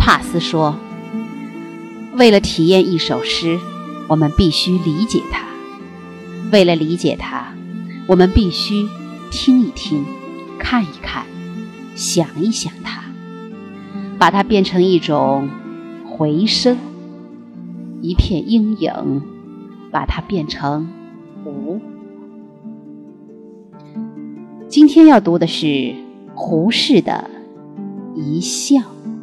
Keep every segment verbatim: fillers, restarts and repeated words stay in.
帕斯说，为了体验一首诗，我们必须理解它，为了理解它，我们必须听一听，看一看，想一想它，把它变成一种回声，一片阴影，把它变成无。今天要读的是胡适的一笑。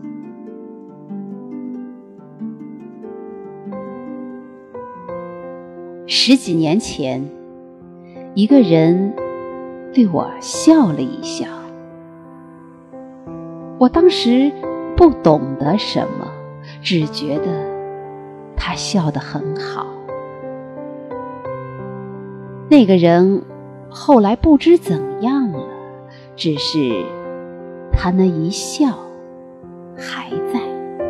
十几年前，一个人对我笑了一笑，我当时不懂得什么，只觉得他笑得很好。那个人后来不知怎样了，只是他那一笑还在。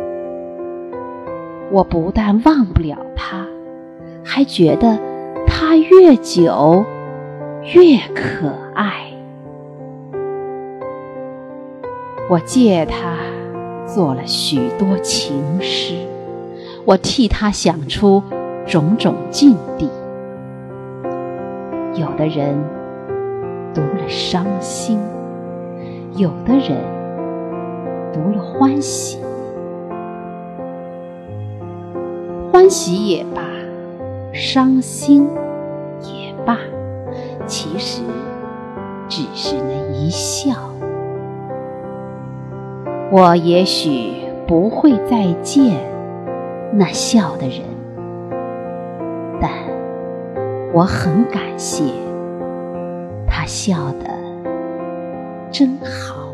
我不但忘不了他，还觉得他越久越可爱。我借他做了许多情诗，我替他想出种种境地。有的人读了伤心，有的人读了欢喜。欢喜也罢，伤心也罢，其实只是那一笑。我也许不会再见那笑的人，但我很感谢他笑得真好。